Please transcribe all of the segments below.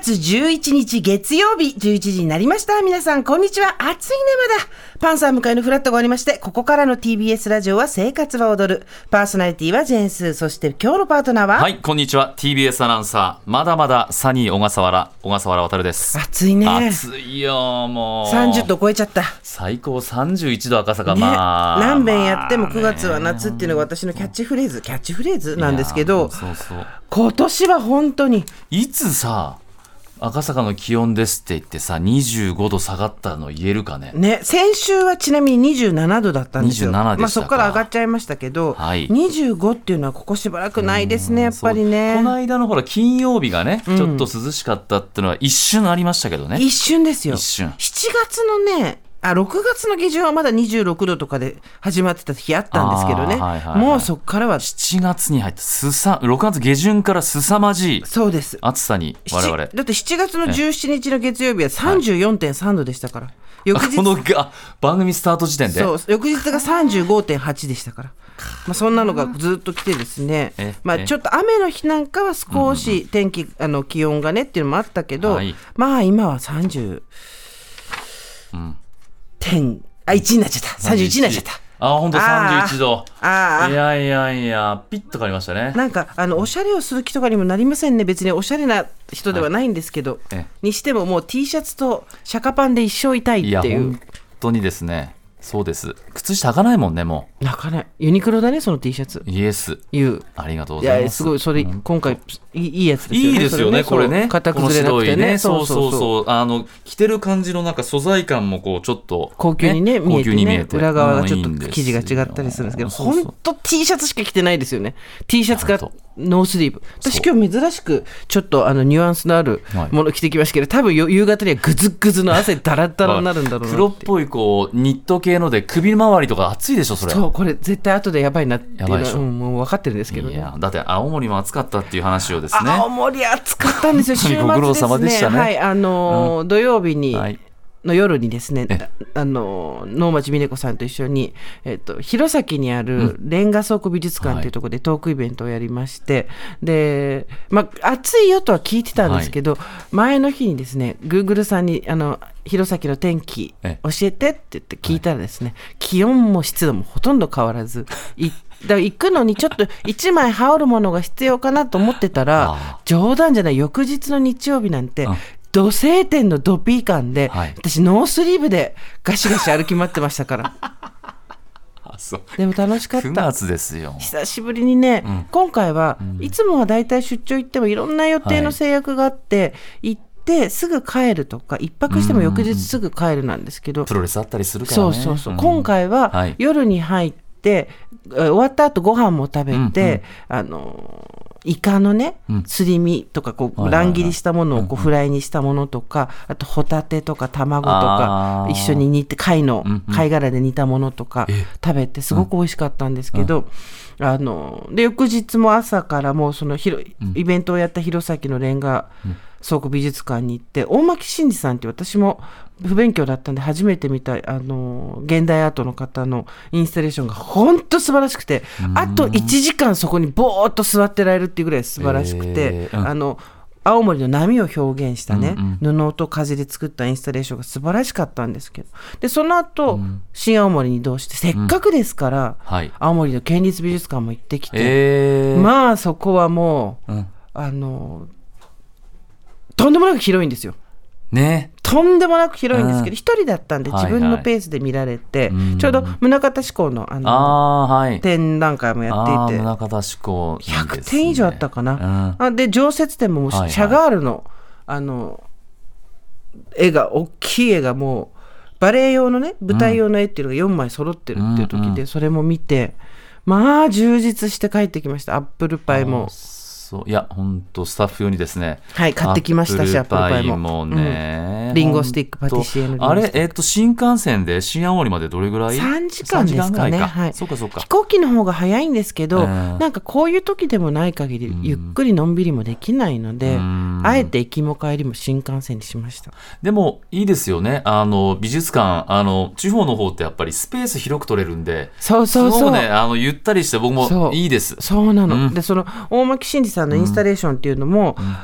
月11日月曜日11時になりました。皆さんこんにちは。暑いねまだ。パンサー向かいのフラットがありまして、ここからの TBS ラジオは生活は踊る。パーソナリティはジェーンスー、そして今日のパートナーは、 はい、こんにちは。 TBS アナウンサーまだまだサニー小笠原渉です。 暑いね。 暑いよ。もう 30度超えちゃった。 最高31度赤坂、 ね、何遍やっても9月はね夏っていうのが私のキャッチフレーズなんですけど、 そう今年は本当にいつさ赤坂の気温ですって言ってさ25度下がったの言えるかね。 先週はちなみに27度だったんですよ。 27でしたか。 そこから上がっちゃいましたけど、 はい、 25っていうのはここしばらくないですね、やっぱりね。 この間のほら金曜日がね、ちょっと涼しかったっていうのは一瞬ありましたけどね。 一瞬ですよ。 一瞬。 7月のね6月の下旬はまだ26度とかで始まってた日あったんですけどね、もうそこからは 7月に入って6月下旬から凄まじい暑さに我々 だって7月の17日の月曜日は 34.3 度でしたから、翌日この番組スタート時点でそう翌日が 35.8 でしたからそんなのがずっと来てですね、ちょっと雨の日なんかは少し天気、気温がねっていうのもあったけど、今は301になっちゃった。31になっちゃった。 本当31度。いやピッと変わりましたね。 なんかおしゃれをする気とかにもなりませんね。別におしゃれな人ではないんですけど、にしてももう T シャツとシャカパンで一生いたいっていう。 いや本当にですね。そうです。靴下履かないもんね。もう履かない。ユニクロだねその T シャツ。 イエス。ありがとうございます。 すごいそれ今回いいやつですよね。 いいですよねこれね。 型崩れなくてね。 そう着てる感じのなんか素材感もこうちょっと高級にね見えてね。裏側がちょっと生地が違ったりするんですけど、本当 T シャツしか着てないですよね。T シャツがノースリーブ。私今日珍しくちょっとニュアンスのあるもの着てきましたけど、多分夕方にはグズグズの汗ダラダラになるんだろうな。 黒っぽいこうニット系ので首周りとか暑いでしょそれ。 そうこれ絶対後でやばいなっていうのはもう分かってるんですけどね。 いやだって青森も暑かったっていう話をですね。 青森暑かったんですよ。週末ですね。 ご苦労様でしたね。 はい土曜日に、の夜にですね、能町みね子さんと一緒に、弘前にあるレンガ倉庫美術館というところでトークイベントをやりまして、で、暑いよとは聞いてたんですけど、前の日にですね Google さんに弘前の天気教えてって言って聞いたらですね、気温も湿度もほとんど変わらず行くのにちょっと1枚羽織るものが必要かなと思ってたら冗談じゃない、翌日の日曜日なんて土晴天のドピー感で、私ノースリーブでガシガシ歩き回ってましたからでも楽しかった。 9月ですよ。 久しぶりにね、今回はいつもはだいたい出張行ってもいろんな予定の制約があって、行ってすぐ帰るとか一泊しても翌日すぐ帰るなんですけど、 プロレスあったりするからね。 そう今回は夜に入って終わった後ご飯も食べて、イカのねすり身とか乱切りしたものをフライにしたものとか、あとホタテとか卵とか一緒に煮て貝殻で煮たものとか食べてすごく美味しかったんですけど、で翌日も朝からもうそのイベントをやった弘前のレンガ倉庫美術館に行って、大巻真嗣さんって私も不勉強だったんで初めて見た現代アートの方のインスタレーションが本当素晴らしくて、あと1時間そこにぼーっと座ってられるっていうぐらい素晴らしくて、青森の波を表現したね、布と風で作ったインスタレーションが素晴らしかったんですけど、でその後、新青森に移動してせっかくですから、青森の県立美術館も行ってきて、そこはもう、とんでもなく広いんですよね。とんでもなく広いんですけど、一人だったんで自分のペースで見られて、ちょうど宗像志功の展覧会もやっていて、 宗像志功 100点以上あったかな、で常設展もシャガールの絵が大きい絵がもうバレエ用のね舞台用の絵っていうのが4枚揃ってるっていう時で、それも見て充実して帰ってきました。アップルパイもいや本当スタッフ用にですね、 買ってきましたし、アップルパイもね、 リンゴスティックパティシエのあれ、新幹線で新青森までどれぐらい ？3時間ですかね。 そうか飛行機の方が早いんですけど、なんかこういう時でもない限りゆっくりのんびりもできないので、あえて行きも帰りも新幹線にしました。 でもいいですよね、美術館地方の方ってやっぱりスペース広く取れるんで、そうね、ゆったりして僕もいいです。 そうなの、でその大巻真嗣さんのインスタレーションっていうのも、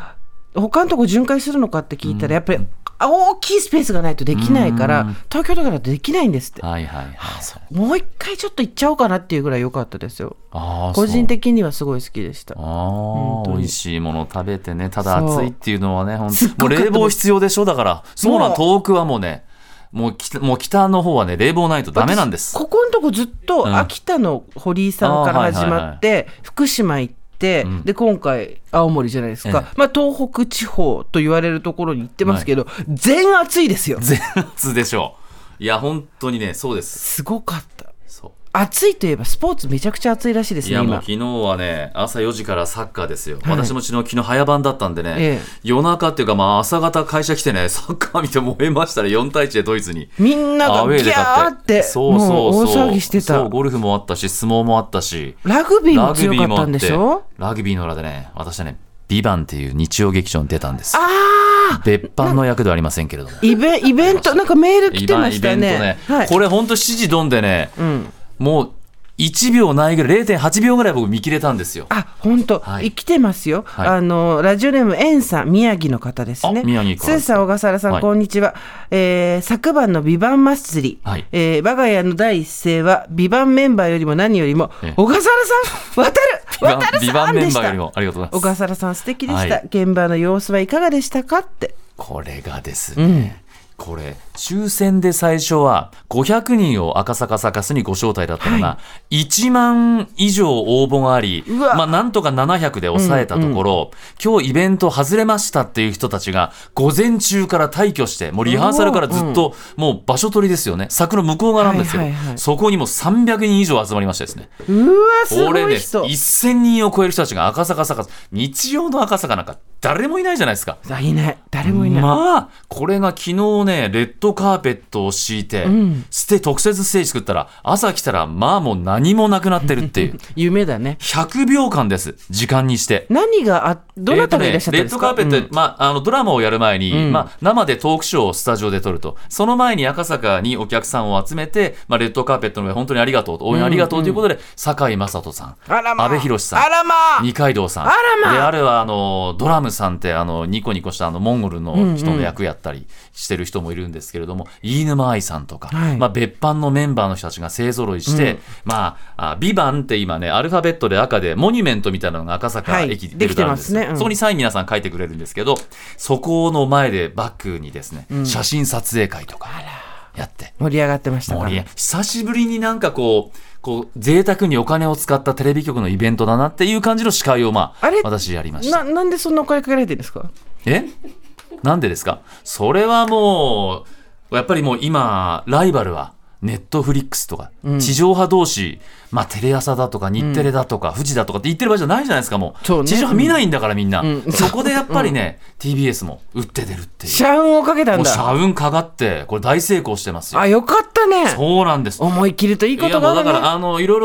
他のとこ巡回するのかって聞いたら、やっぱり大きいスペースがないとできないから、東京とかだとできないんですって。 はいはいはい、 もう一回ちょっと行っちゃおうかなっていうぐらい良かったですよ。個人的にはすごい好きでした。 美味しいもの食べてね、ただ暑いっていうのはね、本当もう冷房必要でしょ。だからそうなん、遠くはもうね、もう北の方はね、冷房ないとダメなんです。 ここのとこずっと秋田の堀井さんから始まって、福島行って、で今回青森じゃないですか、東北地方と言われるところに行ってますけど、全暑いですよ。 全暑でしょう。いや本当にね、そうです。 すごかった。暑いといえばスポーツめちゃくちゃ暑いらしいですね。 いやもう昨日はね、朝4時からサッカーですよ。私も昨日早番だったんでね、夜中っていうか朝方会社来てね、サッカー見て燃えましたね。4対1でドイツにみんながギャーってもう大騒ぎしてた。 ゴルフもあったし、相撲もあったし、 ラグビーも強かったんでしょ。 ラグビーの裏でね、私はねビバンっていう日曜劇場に出たんです。別班の役ではありませんけれども、イベントなんかメール来てましたね。これ本当7時ドンでね、もう1秒ないぐらい、 0.8 秒ぐらい僕見切れたんですよ。 本当、来てますよ。ラジオネームエンさん、宮城の方ですね。 宮城か。 スーさん、小笠原さん、こんにちは。昨晩のビバン祭り、我が家の第一声はビバンメンバーよりも何よりも小笠原さん、渡るビバンメンバーよりもありがとうございます。 小笠原さん素敵でした。現場の様子はいかがでしたかって。 これがですね、これ抽選で最初は500人を赤坂サカスにご招待だったのが、1万以上応募があり、なんとか700で抑えたところ、今日イベント外れましたっていう人たちが午前中から退去して、もうリハーサルからずっともう場所取りですよね。柵の向こう側なんですけど、そこにも300人以上集まりましてですね、 すごい人、 これね、1000人を超える人たちが赤坂サカス、日曜の赤坂なんか誰もいないじゃないですか。 いない、誰もいない。 これが昨日ね、レッドカーペットを敷いて、特設ステージ作ったら、朝来たらもう何もなくなってるっていう夢だね。 100秒間です、時間にして。 どなたがいらっしゃったんですか。 レッドカーペット、ドラマをやる前に、生でトークショーをスタジオで撮ると、その前に赤坂にお客さんを集めて、レッドカーペットの上本当にありがとうと、応援ありがとうということで、堺雅人さん、阿部寛さん、二階堂さんで、あれはドラムさんってニコニコしたモンゴルの人の役やったりしてる人もいるんですけれども、飯沼愛さんとか、別班のメンバーの人たちが勢ぞろいして、ビバンって今ね、アルファベットで赤でモニュメントみたいなのが赤坂駅に出るんです、そこにサイン皆さん書いてくれるんですけど、そこの前でバックにですね、写真撮影会とかやって盛り上がってましたか。 久しぶりになんかこう贅沢にお金を使ったテレビ局のイベントだなっていう感じの司会を私やりました。 なんでそんなお金かけられてるんですか。 なんでですか。それはもうやっぱりもう今ライバルはネットフリックスとか、地上波同士、テレ朝だとか日テレだとか、富士だとかって言ってる場合じゃないじゃないですか。もう地上波見ないんだからみんな、そこでやっぱりね、TBS も打って出るっていう、 社運をかけたんだ。 社運かかってこれ大成功してますよ。 よかったね。 そうなんです。 思い切るといいことがあるね。 だからいろいろ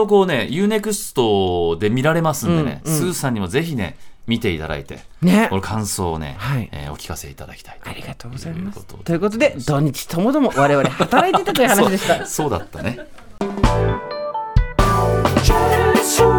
UNEXT で見られますんでね、スーさんにもぜひね見ていただいて、これ感想をね、お聞かせいただきたい。 ありがとうございます。ということで、土日ともども我々働いてたという話でした。 そうだったね。